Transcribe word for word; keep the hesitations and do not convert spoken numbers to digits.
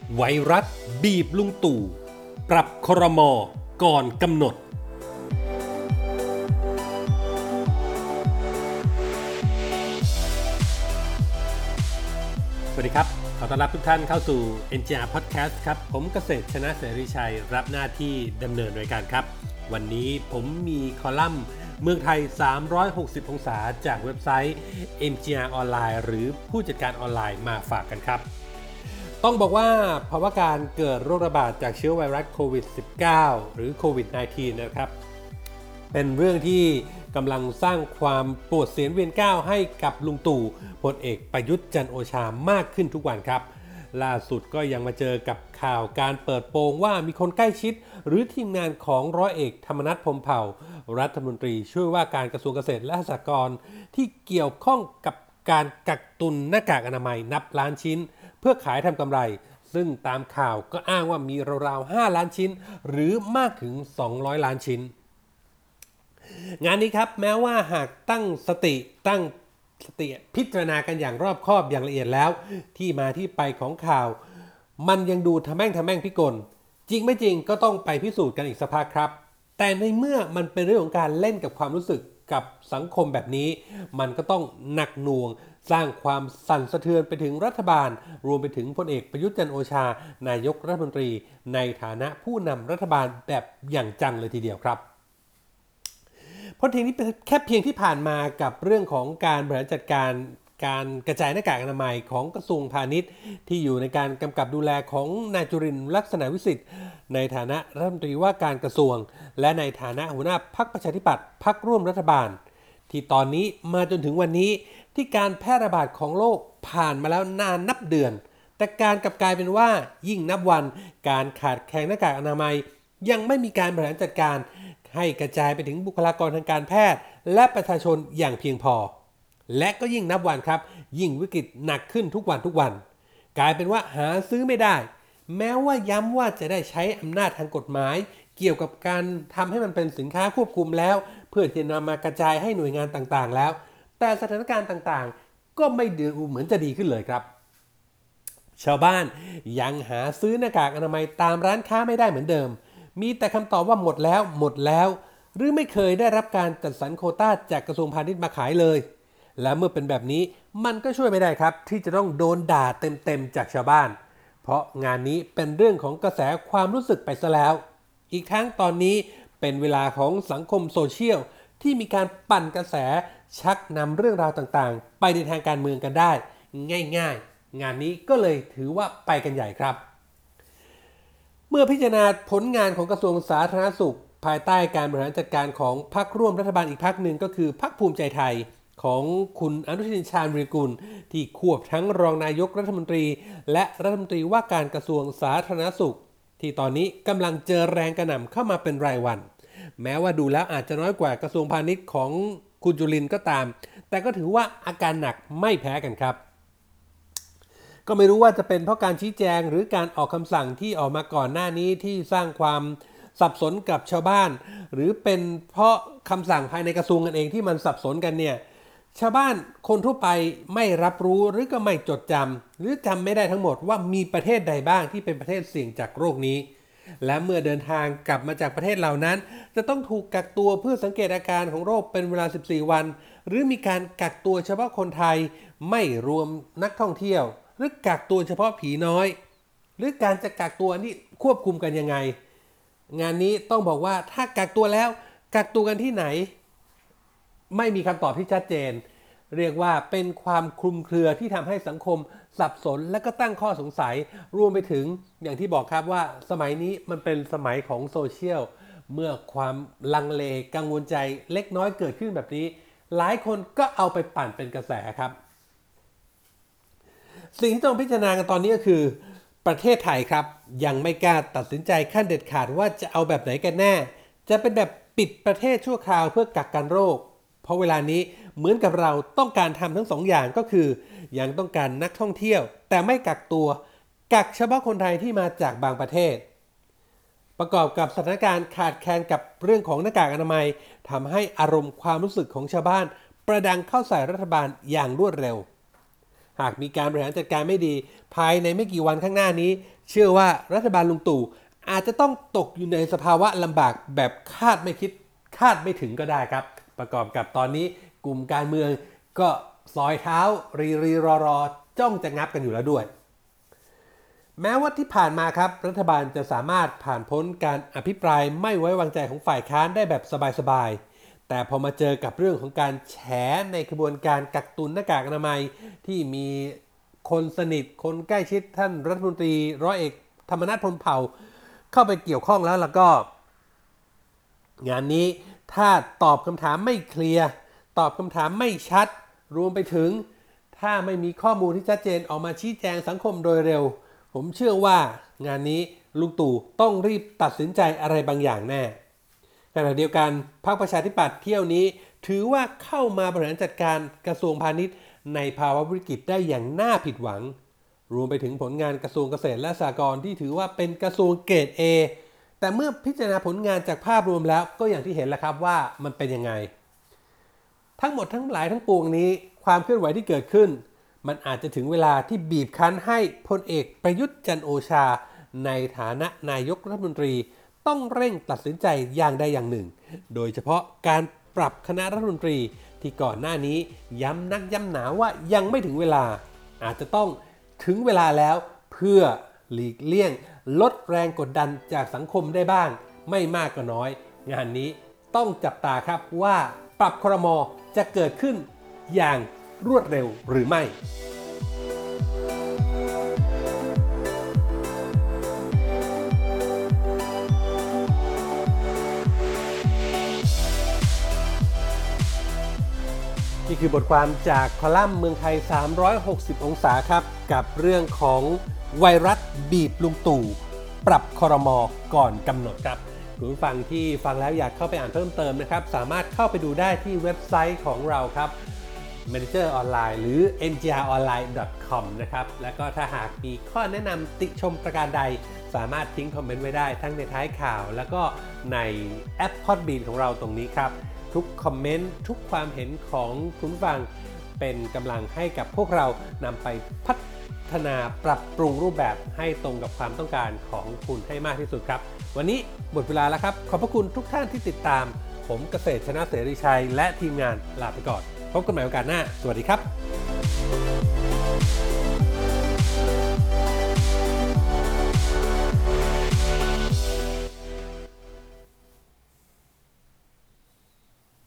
ไวรัสบีบลุงตู่ปรับครม.ก่อนกำหนดสวัสดีครับขอต้อนรับทุกท่านเข้าสู่ เอ็น จี อาร์ Podcast ครับผมเกษตรชนะเสรีชัยรับหน้าที่ดำเนินรายการครับวันนี้ผมมีคอลัมน์เมืองไทยสามร้อยหกสิบองศาจากเว็บไซต์ เอ็ม จี อาร์ ออนไลน์หรือผู้จัดการออนไลน์มาฝากกันครับต้องบอกว่าภาวะการเกิดโรคระบาดจากเชื้อไวรัสโควิด สิบเก้า หรือโควิด สิบเก้า นะครับเป็นเรื่องที่กำลังสร้างความปวดเสียนเวียนก้าวให้กับลุงตู่พลเอกประยุทธ์จันทร์โอชามากขึ้นทุกวันครับล่าสุดก็ยังมาเจอกับข่าวการเปิดโปงว่ามีคนใกล้ชิดหรือทีมงานของร้อยเอกธรรมนัสพรหมเผ่ารัฐมนตรีช่วยว่าการกระทรวงเกษตรและสหกรณ์ที่เกี่ยวข้องกับการกักตุนหน้ากากอนามัยนับล้านชิ้นเพื่อขายทำกำไรซึ่งตามข่าวก็อ้างว่ามีราวๆห้าล้านชิ้นหรือมากถึงสองร้อยล้านชิ้นงานนี้ครับแม้ว่าหากตั้งสติตั้งสติพิจารณากันอย่างรอบคอบอย่างละเอียดแล้วที่มาที่ไปของข่าวมันยังดูทะแม่งทะแม่งพิกลจริงไม่จริงก็ต้องไปพิสูจน์กันอีกสักพักครับแต่ในเมื่อมันเป็นเรื่องของการเล่นกับความรู้สึกกับสังคมแบบนี้มันก็ต้องหนักหน่วงสร้างความสั่นสะเทือนไปถึงรัฐบาลรวมไปถึงพลเอกประยุทธ์จันทร์โอชานายกรัฐมนตรีในฐานะผู้นำรัฐบาลแบบอย่างจังเลยทีเดียวครับเพราะทีนี้เป็นแค่เพียงที่ผ่านมากับเรื่องของการบริหารจัดการการกระจายหน้ากากอนามัยของกระทรวงพาณิชย์ที่อยู่ในการกำกับดูแลของนายจุรินทร์ลักษณะวิสิทธิ์ในฐานะรัฐมนตรีว่าการกระทรวงและในฐานะหัวหน้าพรรคประชาธิปัตย์พรรคร่วมรัฐบาลที่ตอนนี้มาจนถึงวันนี้ที่การแพร่ระบาดของโรคผ่านมาแล้วนานนับเดือนแต่การกลับกลายเป็นว่ายิ่งนับวันการขาดแคลนหน้ากากอนามัยยังไม่มีการบริหารจัดการให้กระจายไปถึงบุคลากรทางการแพทย์และประชาชนอย่างเพียงพอและก็ยิ่งนับวันครับยิ่งวิกฤตหนักขึ้นทุกวันทุกวันกลายเป็นว่าหาซื้อไม่ได้แม้ว่าย้ำว่าจะได้ใช้อำนาจทางกฎหมายเกี่ยวกับการทำให้มันเป็นสินค้าควบคุมแล้วเพื่อจะนำมากระจายให้หน่วยงานต่างๆแล้วแต่สถานการณ์ต่างๆก็ไม่ดูเหมือนจะดีขึ้นเลยครับชาวบ้านยังหาซื้อหน้ากากอนามัยตามร้านค้าไม่ได้เหมือนเดิมมีแต่คำตอบว่าหมดแล้วหมดแล้วหรือไม่เคยได้รับการจัดสรรโควต้าจากกระทรวงพาณิชย์มาขายเลยและเมื่อเป็นแบบนี้มันก็ช่วยไม่ได้ครับที่จะต้องโดนด่าเต็มๆจากชาวบ้านเพราะงานนี้เป็นเรื่องของกระแสความรู้สึกไปซะแล้วอีกทั้งตอนนี้เป็นเวลาของสังคมโซเชียลที่มีการปั่นกระแสชักนำเรื่องราวต่างๆไปในทางการเมืองกันได้ง่ายๆงานนี้ก็เลยถือว่าไปกันใหญ่ครับเมื่อพิจารณาผลงานของกระทรวงสาธารณสุขภายใต้การบริหารจัดการของพรรคร่วมรัฐบาลอีกพรรคหนึ่งก็คือพรรคภูมิใจไทยของคุณอนุทินชาญวีรกูลที่ควบทั้งรองนายกรัฐมนตรีและรัฐมนตรีว่าการกระทรวงสาธารณสุขที่ตอนนี้กำลังเจอแรงกระหน่ำเข้ามาเป็นรายวันแม้ว่าดูแล้วอาจจะน้อยกว่ากระทรวงพาณิชย์ของคุณจุรินทร์ก็ตามแต่ก็ถือว่าอาการหนักไม่แพ้กันครับก็ไม่รู้ว่าจะเป็นเพราะการชี้แจงหรือการออกคำสั่งที่ออกมาก่อนหน้านี้ที่สร้างความสับสนกับชาวบ้านหรือเป็นเพราะคำสั่งภายในกระทรวงกันเองที่มันสับสนกันเนี่ยชาวบ้านคนทั่วไปไม่รับรู้หรือก็ไม่จดจำหรือจำไม่ได้ทั้งหมดว่ามีประเทศใดบ้างที่เป็นประเทศเสี่ยงจากโรคนี้และเมื่อเดินทางกลับมาจากประเทศเหล่านั้นจะต้องถูกกักตัวเพื่อสังเกตอาการของโรคเป็นเวลาสิบสี่วันหรือมีการกักตัวเฉพาะคนไทยไม่รวมนักท่องเที่ยวหรือกักตัวเฉพาะผีน้อยหรือการจะกักตัวนี่ควบคุมกันยังไงงานนี้ต้องบอกว่าถ้ากักตัวแล้วกักตัวกันที่ไหนไม่มีคำตอบที่ชัดเจนเรียกว่าเป็นความคลุมเครือที่ทำให้สังคมสับสนและก็ตั้งข้อสงสัยรวมไปถึงอย่างที่บอกครับว่าสมัยนี้มันเป็นสมัยของโซเชียลเมื่อความลังเลกังวลใจเล็กน้อยเกิดขึ้นแบบนี้หลายคนก็เอาไปปั่นเป็นกระแสครับสิ่งที่ต้องพิจารณากันตอนนี้ก็คือประเทศไทยครับยังไม่กล้าตัดสินใจขั้นเด็ดขาดว่าจะเอาแบบไหนกันแน่จะเป็นแบบปิดประเทศชั่วคราวเพื่อกักกันโรคเพราะเวลานี้เหมือนกับเราต้องการทำทั้งสองอย่างก็คือยังต้องการนักท่องเที่ยวแต่ไม่กักตัวกักเฉพาะคนไทยที่มาจากบางประเทศประกอบกับสถานการณ์ขาดแคลนกับเรื่องของหน้ากากอนามัยทำให้อารมณ์ความรู้สึกของชาวบ้านประดังเข้าใส่รัฐบาลอย่างรวดเร็วหากมีการบริหารจัดการไม่ดีภายในไม่กี่วันข้างหน้านี้เชื่อว่ารัฐบาลลุงตู่อาจจะต้องตกอยู่ในสภาวะลำบากแบบคาดไม่คิดคาดไม่ถึงก็ได้ครับประกอบกับตอนนี้กลุ่มการเมืองก็ซอยเท้ารีรีรอรอจ้องจะงับกันอยู่แล้วด้วยแม้ว่าที่ผ่านมาครับรัฐบาลจะสามารถผ่านพ้นการอภิปรายไม่ไว้วางใจของฝ่ายค้านได้แบบสบายๆแต่พอมาเจอกับเรื่องของการแฉในกระบวนการกักตุนหน้ากากอนามัยที่มีคนสนิทคนใกล้ชิดท่านรัฐมนตรีร้อยเอกธรรมนัฐพรหมเผ่าเข้าไปเกี่ยวข้องแล้วแล้วก็งานนี้ถ้าตอบคำถามไม่เคลียร์ตอบคำถามไม่ชัดรวมไปถึงถ้าไม่มีข้อมูลที่ชัดเจนออกมาชี้แจงสังคมโดยเร็วผมเชื่อว่างานนี้ลุงตู่ต้องรีบตัดสินใจอะไรบางอย่างแน่ขณะเดียวกันพรรคประชาธิปัตย์เที่ยวนี้ถือว่าเข้ามาบริหารจัดการกระทรวงพาณิชย์ในภาวะวิกฤตได้อย่างน่าผิดหวังรวมไปถึงผลงานกระทรวงเกษตรและสหกรณ์ที่ถือว่าเป็นกระทรวงเกรด A แต่เมื่อพิจารณาผลงานจากภาพรวมแล้วก็อย่างที่เห็นแล้วครับว่ามันเป็นยังไงทั้งหมดทั้งหลายทั้งปวงนี้ความเคลื่อนไหวที่เกิดขึ้นมันอาจจะถึงเวลาที่บีบคั้นให้พลเอกประยุทธ์จันทร์โอชาในฐานะนายกรัฐมนตรีต้องเร่งตัดสินใจอย่างใดอย่างหนึ่งโดยเฉพาะการปรับคณะรัฐมนตรีที่ก่อนหน้านี้ย้ำนักย้ำหนาว่ายังไม่ถึงเวลาอาจจะต้องถึงเวลาแล้วเพื่อหลีกเลี่ยงลดแรงกดดันจากสังคมได้บ้างไม่มากก็น้อยงานนี้ต้องจับตาครับว่าปรับครม.จะเกิดขึ้นอย่างรวดเร็วหรือไม่นี่คือบทความจากคอลัมน์เมืองไทยสามร้อยหกสิบองศาครับกับเรื่องของไวรัสบีบลุงตู่ปรับครม.ก่อนกำหนดครับคุณผู้ฟังที่ฟังแล้วอยากเข้าไปอ่านเพิ่มเติมนะครับสามารถเข้าไปดูได้ที่เว็บไซต์ของเราครับ Manager ออนไลน์หรือ เอ็น จี อาร์ ออนไลน์ ดอท คอม นะครับแล้วก็ถ้าหากมีข้อแนะนำติชมประการใดสามารถทิ้งคอมเมนต์ไว้ได้ทั้งในท้ายข่าวแล้วก็ในแอป Podbean ของเราตรงนี้ครับทุกคอมเมนต์ทุกความเห็นของคุณผู้ฟังเป็นกำลังให้กับพวกเรานำไปพัฒนาปรับปรุงรูปแบบให้ตรงกับความต้องการของคุณให้มากที่สุดครับวันนี้หมดเวลาแล้วครับขอบพระคุณทุกท่านที่ติดตามผมเกษตรชนะเสรีชัยและทีมงานลาไปก่อนพบกันใหม่โอกาสหน้าสวัสดีครับ